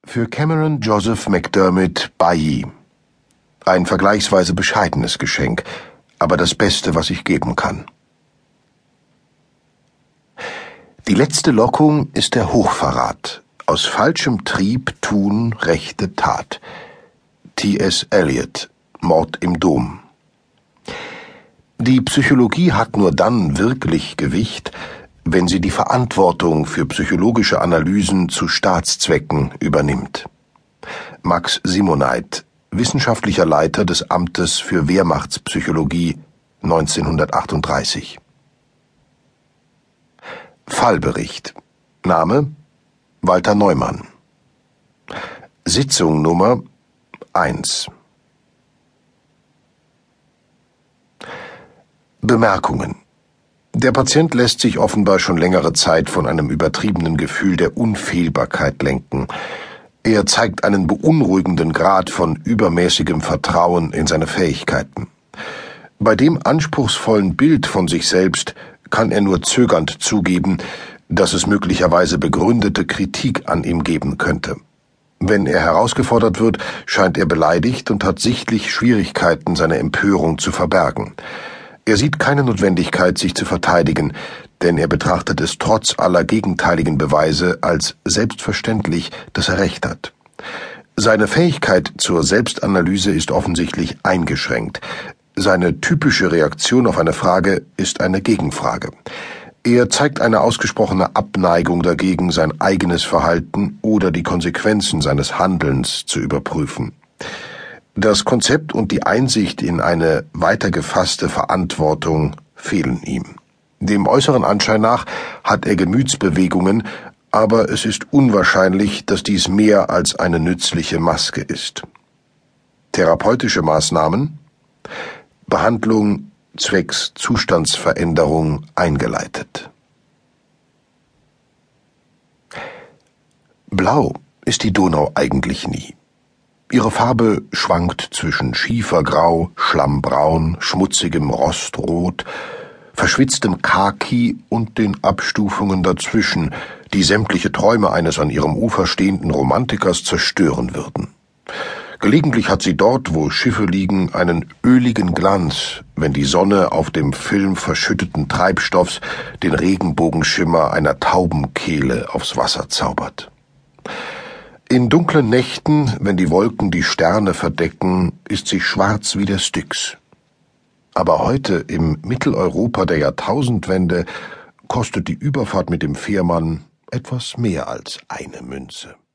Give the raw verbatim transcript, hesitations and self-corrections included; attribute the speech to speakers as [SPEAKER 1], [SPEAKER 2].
[SPEAKER 1] Für Cameron Joseph McDermott Bailly. Ein vergleichsweise bescheidenes Geschenk, aber das Beste, was ich geben kann. Die letzte Lockung ist der Hochverrat. Aus falschem Trieb tun rechte Tat. T S Eliot, Mord im Dom. Die Psychologie hat nur dann wirklich Gewicht, wenn sie die Verantwortung für psychologische Analysen zu Staatszwecken übernimmt. Max Simoneit, wissenschaftlicher Leiter des Amtes für Wehrmachtspsychologie, neunzehnhundertachtunddreißig. Fallbericht. Name: Walter Neumann. Sitzung Nummer eins. Bemerkungen. Der Patient lässt sich offenbar schon längere Zeit von einem übertriebenen Gefühl der Unfehlbarkeit lenken. Er zeigt einen beunruhigenden Grad von übermäßigem Vertrauen in seine Fähigkeiten. Bei dem anspruchsvollen Bild von sich selbst kann er nur zögernd zugeben, dass es möglicherweise begründete Kritik an ihm geben könnte. Wenn er herausgefordert wird, scheint er beleidigt und hat sichtlich Schwierigkeiten, seine Empörung zu verbergen. Er sieht keine Notwendigkeit, sich zu verteidigen, denn er betrachtet es trotz aller gegenteiligen Beweise als selbstverständlich, dass er Recht hat. Seine Fähigkeit zur Selbstanalyse ist offensichtlich eingeschränkt. Seine typische Reaktion auf eine Frage ist eine Gegenfrage. Er zeigt eine ausgesprochene Abneigung dagegen, sein eigenes Verhalten oder die Konsequenzen seines Handelns zu überprüfen. Das Konzept und die Einsicht in eine weitergefasste Verantwortung fehlen ihm. Dem äußeren Anschein nach hat er Gemütsbewegungen, aber es ist unwahrscheinlich, dass dies mehr als eine nützliche Maske ist. Therapeutische Maßnahmen: Behandlung zwecks Zustandsveränderung eingeleitet. Blau ist die Donau eigentlich nie. Ihre Farbe schwankt zwischen Schiefergrau, Schlammbraun, schmutzigem Rostrot, verschwitztem Khaki und den Abstufungen dazwischen, die sämtliche Träume eines an ihrem Ufer stehenden Romantikers zerstören würden. Gelegentlich hat sie dort, wo Schiffe liegen, einen öligen Glanz, wenn die Sonne auf dem Film verschütteten Treibstoffs den Regenbogenschimmer einer Taubenkehle aufs Wasser zaubert. In dunklen Nächten, wenn die Wolken die Sterne verdecken, ist sie schwarz wie der Styx. Aber heute, im Mitteleuropa der Jahrtausendwende, kostet die Überfahrt mit dem Fährmann etwas mehr als eine Münze.